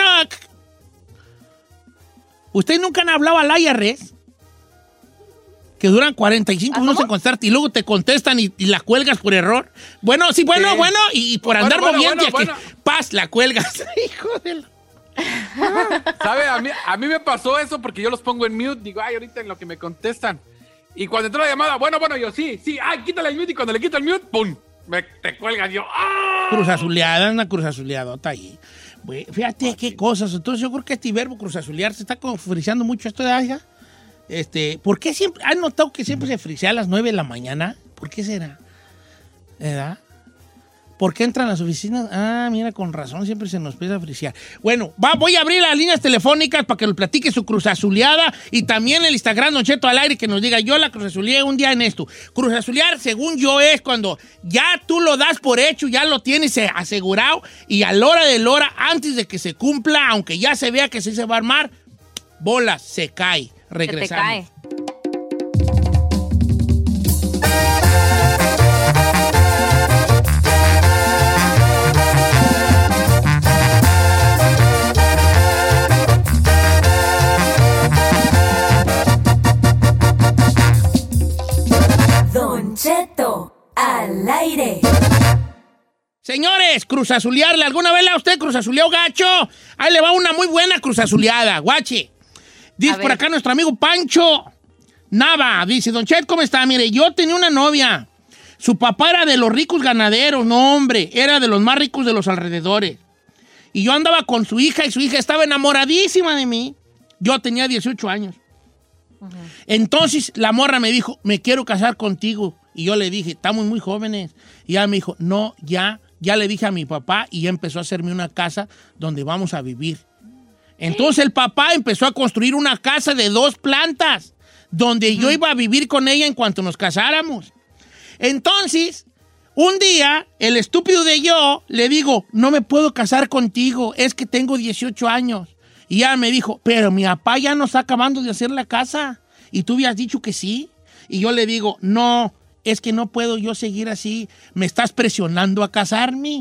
¿Ustedes nunca han hablado al I R S? Que duran cuarenta y cinco minutos en contestarte y luego te contestan y, y la cuelgas por error. Bueno, sí, bueno, sí. bueno, y, y por andar bueno, moviendo bueno, bueno, bueno. paz, la cuelgas. Hijo de la... ¿Sabe? A mí, a mí me pasó eso porque yo los pongo en mute. Digo, ay, ahorita en lo que me contestan. Y cuando entró la llamada, bueno, bueno, yo sí, sí, ay, quítale el mute. Y cuando le quito el mute, ¡pum! Me, te cuelgas yo. ¡Ah! Cruz azuleada, una cruz azuleada, está ahí. Fíjate ah, qué sí. cosas. Entonces yo creo que este verbo cruzazulear se está como friseando mucho esto de allá. Este, ¿por qué siempre? ¿Han notado que siempre se frisea a las nueve de la mañana? ¿Por qué será? ¿Verdad? ¿Por qué entran a las oficinas? Ah, mira, con razón, siempre se nos empieza a frisear. Bueno, va, voy a abrir las líneas telefónicas para que nos platique su cruzazuleada y también el Instagram Don Cheto al aire que nos diga, yo la cruzazuleé un día en esto. Cruzazulear, según yo, es cuando ya tú lo das por hecho, ya lo tienes asegurado y a la hora de la hora, antes de que se cumpla, aunque ya se vea que sí se va a armar, bola, se cae. Regresamos. Se te cae. Don Cheto al aire. Señores, cruzazulearle. ¿Alguna vez a usted cruzazuleó gacho? Ahí le va una muy buena cruzazuleada, guache. Dice por acá nuestro amigo Pancho Nava. Dice, Don Chet, ¿cómo está? Mire, yo tenía una novia. Su papá era de los ricos ganaderos. No, hombre, era de los más ricos de los alrededores. Y yo andaba con su hija y su hija estaba enamoradísima de mí. Yo tenía dieciocho años. Uh-huh. Entonces la morra me dijo, me quiero casar contigo. Y yo le dije, estamos muy jóvenes. Y ella me dijo, no, ya, ya le dije a mi papá y ya empezó a hacerme una casa donde vamos a vivir. Entonces el papá empezó a construir una casa de dos plantas donde uh-huh. yo iba a vivir con ella en cuanto nos casáramos. Entonces, un día, el estúpido de yo le digo, no me puedo casar contigo, es que tengo dieciocho años. Y ella me dijo, pero mi papá ya nos está acabando de hacer la casa y tú habías dicho que sí. Y yo le digo, no, es que no puedo yo seguir así, me estás presionando a casarme.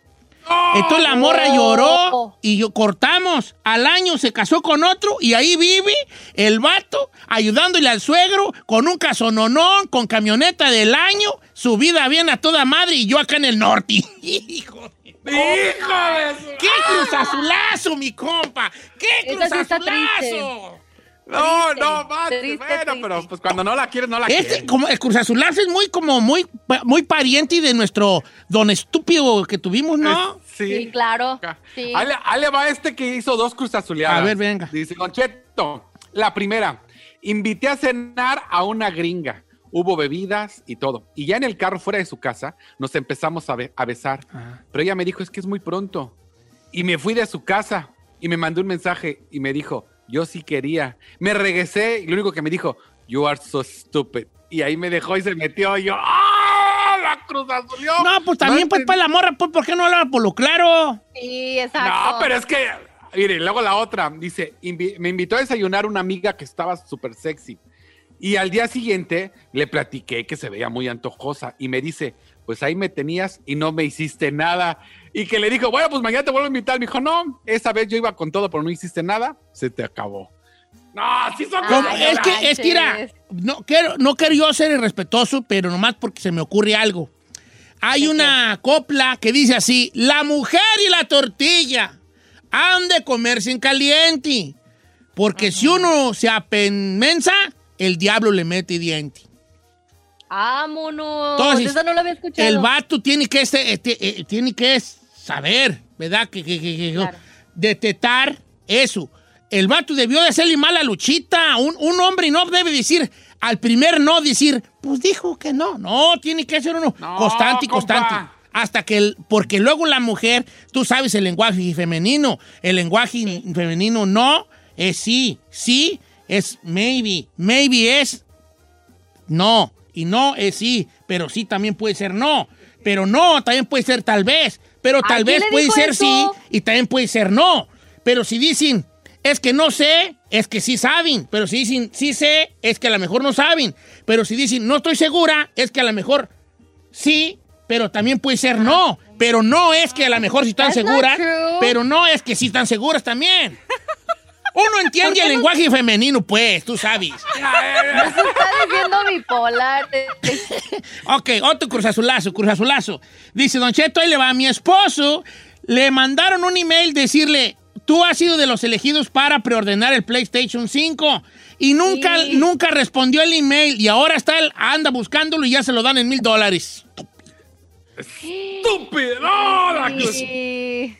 Entonces la morra lloró y yo cortamos. Al año se casó con otro y ahí vive el vato ayudándole al suegro con un casononón, con camioneta del año, su vida bien a toda madre y yo acá en el norte. ¡Hijo de... ¡Hijo de su... ¡Qué cruzazulazo, mi compa! ¡Qué cruzazulazo! No, triste, no, más, triste, bueno, triste. pero pues cuando no la quieres, no la este, quieres. Como el cruzazulazo es muy, como muy, muy pariente de nuestro don estúpido que tuvimos, ¿no? Es, sí. sí, claro. Sí. Ahí, ahí le va este que hizo dos cruzazuleadas. A ver, venga. Dice, Don Cheto, la primera, invité a cenar a una gringa. Hubo bebidas y todo. Y ya en el carro fuera de su casa nos empezamos a, be- a besar. Ajá. Pero ella me dijo, es que es muy pronto. Y me fui de su casa y me mandó un mensaje y me dijo, yo sí quería. Me regresé y lo único que me dijo, you are so stupid. Y ahí me dejó y se metió y yo, ¡ah! La cruzazuleó. No, pues también, no, pues, para la morra, pues, ¿por qué no hablar por lo claro? Sí, exacto. No, pero es que, mire, luego la otra, dice, invi- me invitó a desayunar una amiga que estaba súper sexy. Y al día siguiente le platiqué que se veía muy antojosa y me dice, pues ahí me tenías y no me hiciste nada. Y que le dijo, bueno, pues mañana te vuelvo a invitar. Me dijo, no, esa vez yo iba con todo, pero no hiciste nada, se te acabó. No, sí son cosas. Es que, es que, mira, no quiero, no quiero yo ser irrespetuoso, pero nomás porque se me ocurre algo. Hay una copla que dice así, la mujer y la tortilla. han de comerse en caliente. Porque uh-huh. si uno se apenmensa, el diablo le mete diente. ¡Vámonos! Entonces, Esa no lo había escuchado. El vato tiene que, este, este, eh, tiene que saber, ¿verdad? Que, que, que, que claro. detectar eso. El vato debió de hacerle mal a Luchita. Un, un hombre no debe decir, al primer no decir, pues dijo que no. No, tiene que ser uno no, constante y constante. Compa. Hasta que, el, porque luego la mujer, tú sabes el lenguaje femenino. El lenguaje sí. femenino no es sí. Sí es maybe. Maybe es no. Y no es sí. Pero sí también puede ser no. Pero no también puede ser tal vez. Pero tal vez puede ser eso? sí y también puede ser no. Pero si dicen, es que no sé, es que sí saben. Pero si dicen, sí sé, es que a lo mejor no saben. Pero si dicen, no estoy segura, es que a lo mejor sí, pero también puede ser no. Pero no es que a lo mejor sí están seguras, pero no es que sí están seguras también. Uno entiende el no? lenguaje femenino, pues, tú sabes. No se está diciendo bipolar. Ok, otro cruzazulazo, cruzazulazo. Dice, Don Cheto, ahí le va a mi esposo. Le mandaron un email decirle, tú has sido de los elegidos para preordenar el PlayStation cinco. Y nunca, sí. nunca respondió el email. Y ahora está, anda buscándolo y ya se lo dan en mil dólares. ¡Estúpido! ¡No! Sí.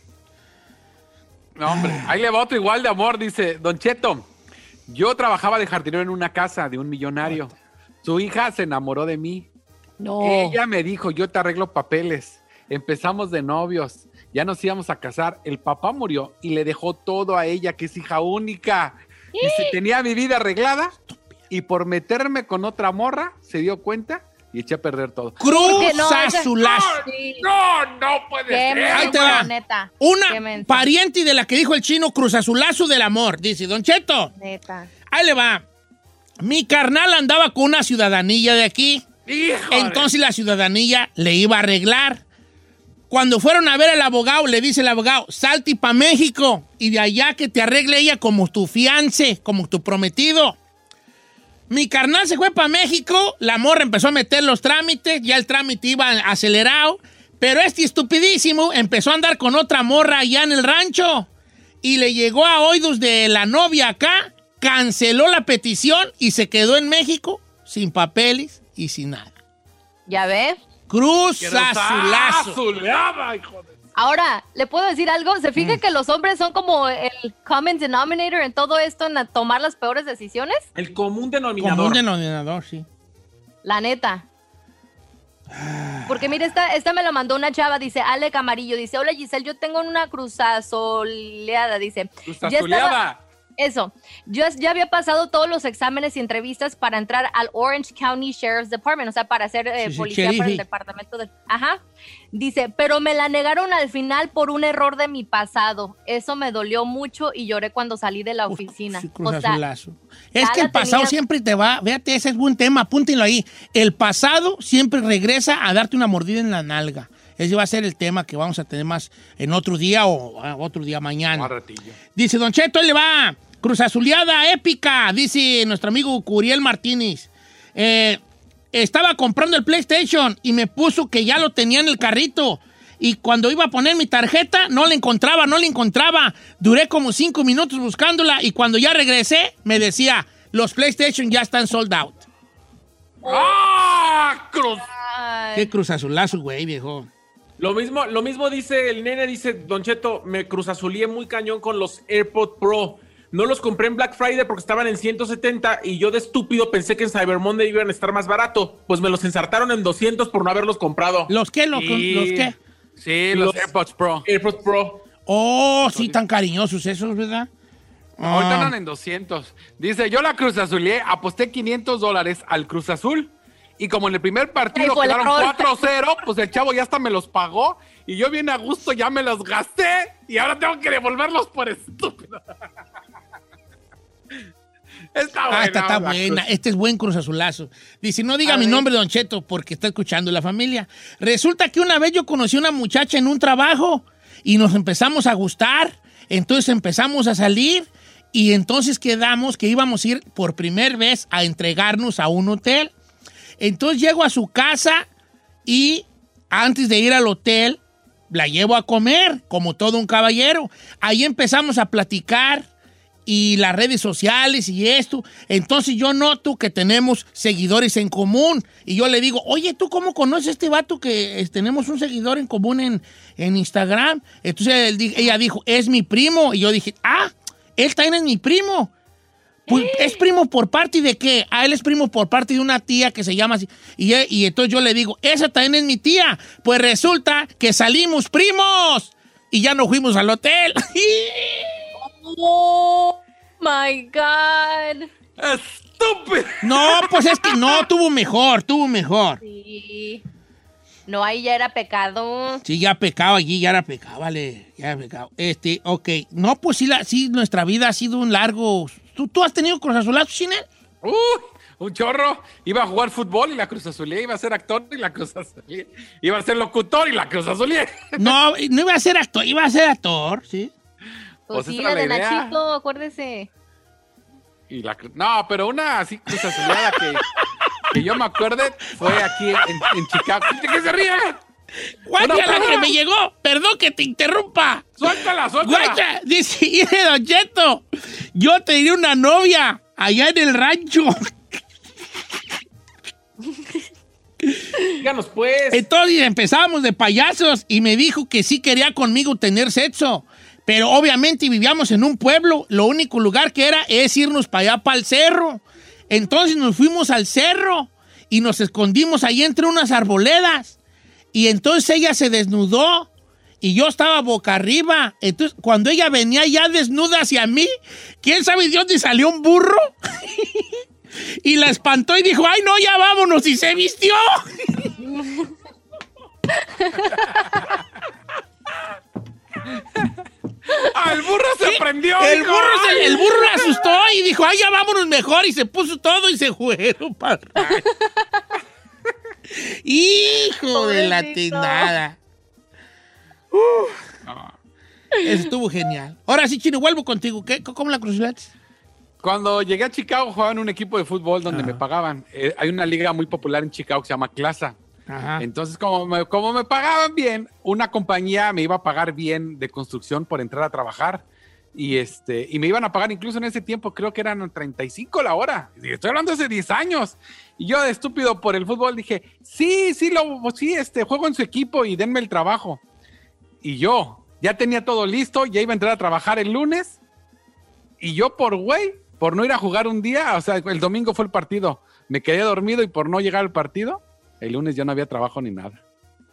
No, hombre, ahí le va otro igual de amor. Dice, Don Cheto, yo trabajaba de jardinero en una casa de un millonario. Su hija se enamoró de mí. No. Ella me dijo, yo te arreglo papeles. Empezamos de novios. Ya nos íbamos a casar. El papá murió y le dejó todo a ella, que es hija única. Dice, tenía mi vida arreglada y por meterme con otra morra se dio cuenta y eché a perder todo. Cruzazulazo. No, no, no puede Qué ser. Ahí te va. Neta. Una pariente de la que dijo el chino, cruzazulazo del amor. Dice, Don Cheto. Neta. Ahí le va. Mi carnal andaba con una ciudadanía de aquí. Híjole. Entonces la ciudadanía le iba a arreglar. Cuando fueron a ver al abogado, le dice el abogado, salte para México y de allá que te arregle ella como tu fiance, como tu prometido. Mi carnal se fue para México, la morra empezó a meter los trámites, ya el trámite iba acelerado, pero este estupidísimo empezó a andar con otra morra allá en el rancho y le llegó a oídos de la novia acá, canceló la petición y se quedó en México sin papeles y sin nada. ¿Ya ves? Cruzazulazo. hijo de... Ahora, ¿le puedo decir algo? ¿Se fija mm. que los hombres son como el common denominator en todo esto, en tomar las peores decisiones? El común denominador. Común denominador, sí. La neta. Porque mira, esta, esta me la mandó una chava, dice, Ale Camarillo, dice, hola Giselle, yo tengo una cruzazoleada, dice. ¿Cruzazoleada? Eso, yo ya había pasado todos los exámenes y entrevistas para entrar al Orange County Sheriff's Department, o sea, para ser eh, sí, sí, policía sheriff. Para el departamento del... Ajá, dice, pero me la negaron al final por un error de mi pasado. Eso me dolió mucho y lloré cuando salí de la oficina. Sí, o sea, es que el pasado tenía... siempre te va, véate, ese es buen tema, apúntenlo ahí. El pasado siempre regresa a darte una mordida en la nalga. Ese va a ser el tema que vamos a tener más en otro día o otro día mañana. Dice, Don Cheto, él le va. Cruzazuleada épica, dice nuestro amigo Curiel Martínez. Eh, estaba comprando el PlayStation y me puso que ya lo tenía en el carrito. Y cuando iba a poner mi tarjeta, no la encontraba, no la encontraba. Duré como cinco minutos buscándola y cuando ya regresé, me decía, los PlayStation ya están sold out. ¡Ah! Cruz. Qué cruzazulazo, güey, viejo. Lo mismo, lo mismo dice el nene, dice, Don Cheto, me cruzazulié muy cañón con los AirPods Pro. No los compré en Black Friday porque estaban en ciento setenta y yo de estúpido pensé que en Cyber Monday iban a estar más barato. Pues me los ensartaron en doscientos por no haberlos comprado. ¿Los qué? ¿Los, y... ¿los qué? Sí, los, los AirPods Pro. AirPods Pro. Oh, sí, tan cariñosos esos, ¿verdad? Ah. Ahorita andan en doscientos. Dice, yo la Cruz Azulié, aposté quinientos dólares al Cruz Azul y como en el primer partido Ay, quedaron cuatro cero, pues el chavo ya hasta me los pagó y yo bien a gusto ya me los gasté y ahora tengo que devolverlos por estúpido. Está buena. Ah, esta está buena. Este es buen cruzazulazo. Dice, no diga a mi ver. nombre, Don Cheto, porque está escuchando la familia. Resulta que una vez yo conocí a una muchacha en un trabajo y nos empezamos a gustar. Entonces empezamos a salir y entonces quedamos que íbamos a ir por primera vez a entregarnos a un hotel. Entonces llego a su casa y antes de ir al hotel la llevo a comer, como todo un caballero. Ahí empezamos a platicar y las redes sociales y esto. Entonces yo noto que tenemos seguidores en común. Y yo le digo, oye, ¿tú cómo conoces a este vato que es, tenemos un seguidor en común en, en Instagram? Entonces él, ella dijo, es mi primo. Y yo dije, ah, él también es mi primo. Pues, ¿es primo por parte de qué? Ah, él es primo por parte de una tía que se llama así. Y, y entonces yo le digo, esa también es mi tía. Pues resulta que salimos primos. Y ya nos fuimos al hotel. Oh, my God. ¡Estúpido! No, pues es que no, tuvo mejor, tuvo mejor. Sí. No, ahí ya era pecado. Sí, ya pecado allí, ya era pecado, vale. Ya era pecado. Este, ok. No, pues sí, la, sí, nuestra vida ha sido un largo... ¿Tú, tú has tenido Cruz Azulazos, Chinel? ¡Uy! Un chorro. Iba a jugar fútbol y la Cruz Azulía. Iba a ser actor y la Cruz Azulía. Iba a ser locutor y la Cruz Azulía. No, no iba a ser actor, iba a ser actor, ¿sí? Pues, pues sí, la de Nachito, acuérdese. Y la, no, pero una así Cruz Azuleada que, que yo me acuerde fue aquí en, en Chicago. ¿De qué se ríe? ¡Guacha, la que me llegó! Perdón que te interrumpa. ¡Suéltala, suéltala! ¡Guacha! Dice, dice Don Cheto, yo tenía una novia allá en el rancho. Díganos pues. Entonces empezamos de payasos y me dijo que sí quería conmigo tener sexo. Pero obviamente vivíamos en un pueblo. Lo único lugar que era es irnos para allá, para el cerro. Entonces nos fuimos al cerro y nos escondimos ahí entre unas arboledas. Y entonces ella se desnudó y yo estaba boca arriba. Entonces, cuando ella venía ya desnuda hacia mí, ¿quién sabe de dónde salió un burro? Y la espantó y dijo, ¡ay, no, ya vámonos! Y se vistió. ¡Ah, el burro se prendió! El burro, se, el burro la asustó y dijo, ¡ay, ya vámonos mejor! Y se puso todo y se fueron para ¡hijo de la tenada! Uh, eso estuvo genial. Ahora sí, Chino, vuelvo contigo. ¿Qué? ¿Cómo la cruzaste? Cuando llegué a Chicago jugaba en un equipo de fútbol donde Ajá. me pagaban. Eh, hay una liga muy popular en Chicago que se llama Clasa. Ajá. Entonces, como me, como me pagaban bien, una compañía me iba a pagar bien de construcción por entrar a trabajar. Y, este, y me iban a pagar incluso en ese tiempo, creo que eran treinta y cinco la hora. Estoy hablando de hace diez años. Y yo, de estúpido por el fútbol, dije, sí, sí, lo, sí este, juego en su equipo y denme el trabajo. Y yo ya tenía todo listo, ya iba a entrar a trabajar el lunes. Y yo por güey, por no ir a jugar un día, o sea, el domingo fue el partido. Me quedé dormido y por no llegar al partido, el lunes ya no había trabajo ni nada.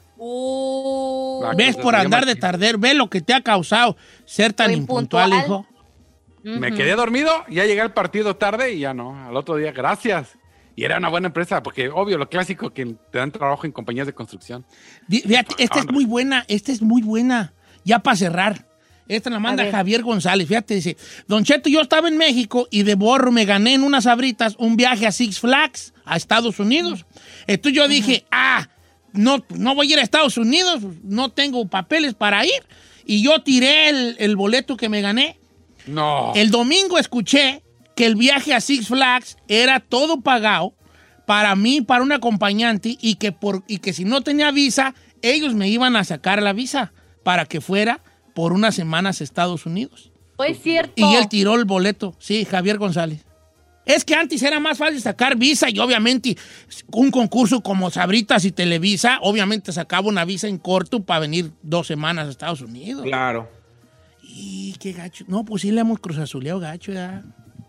Uh, ¿Ves por andar de tardero? ¿Ves lo que te ha causado ser tan impuntual, hijo? Uh-huh. Me quedé dormido, ya llegué al partido tarde y ya no. Al otro día, gracias. Y era una buena empresa, porque obvio, lo clásico que te dan trabajo en compañías de construcción. Fíjate, esta es muy buena, esta es muy buena. Ya para cerrar. Esta la manda Javier González. Fíjate, dice, Don Cheto, yo estaba en México y de borro me gané en unas sabritas un viaje a Six Flags, a Estados Unidos. Entonces yo dije, uh-huh. ah, no, no voy a ir a Estados Unidos, no tengo papeles para ir. Y yo tiré el, el boleto que me gané. No. El domingo escuché que el viaje a Six Flags era todo pagado para mí, para un acompañante, y que, por, y que si no tenía visa, ellos me iban a sacar la visa para que fuera por unas semanas a Estados Unidos. No es cierto. Y él tiró el boleto, sí, Javier González. Es que antes era más fácil sacar visa y obviamente un concurso como Sabritas y Televisa, obviamente sacaba una visa en corto para venir dos semanas a Estados Unidos. Claro. Y qué gacho. No, pues sí le hemos cruzazuleado gacho, ya.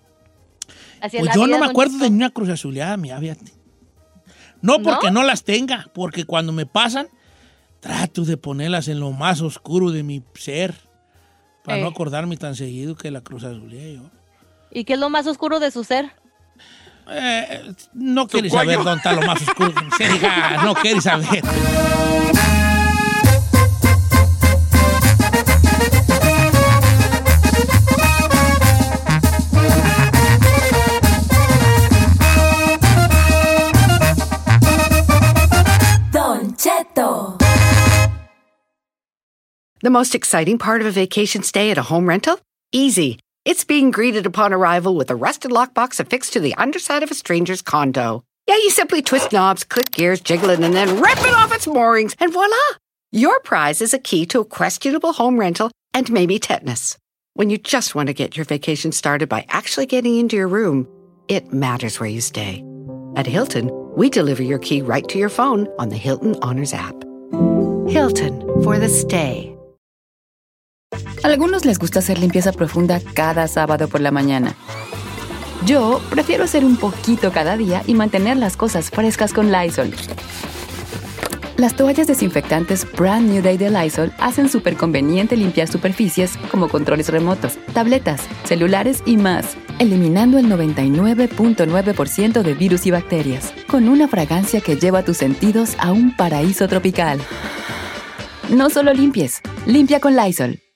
Así pues yo no me acuerdo de una cruzazuleada, mía, fíjate. No porque ¿No? no las tenga, porque cuando me pasan, trato de ponerlas en lo más oscuro de mi ser, para eh. no acordarme tan seguido que la cruzazuleé yo. ¿Y qué es lo más oscuro de su ser? Eh, no quieres saber dónde está lo más oscuro de mi ser, hija. No quieres saber. Don Cheto. The most exciting part of a vacation stay at a home rental? Easy. It's being greeted upon arrival with a rusted lockbox affixed to the underside of a stranger's condo. Yeah, you simply twist knobs, click gears, jiggle it, and then rip it off its moorings, and voila! Your prize is a key to a questionable home rental and maybe tetanus. When you just want to get your vacation started by actually getting into your room, it matters where you stay. At Hilton, we deliver your key right to your phone on the Hilton Honors app. Hilton for the stay. A algunos les gusta hacer limpieza profunda cada sábado por la mañana. Yo prefiero hacer un poquito cada día y mantener las cosas frescas con Lysol. Las toallas desinfectantes Brand New Day de Lysol hacen súper conveniente limpiar superficies como controles remotos, tabletas, celulares y más, eliminando el noventa y nueve punto nueve por ciento de virus y bacterias, con una fragancia que lleva tus sentidos a un paraíso tropical. No solo limpies, limpia con Lysol.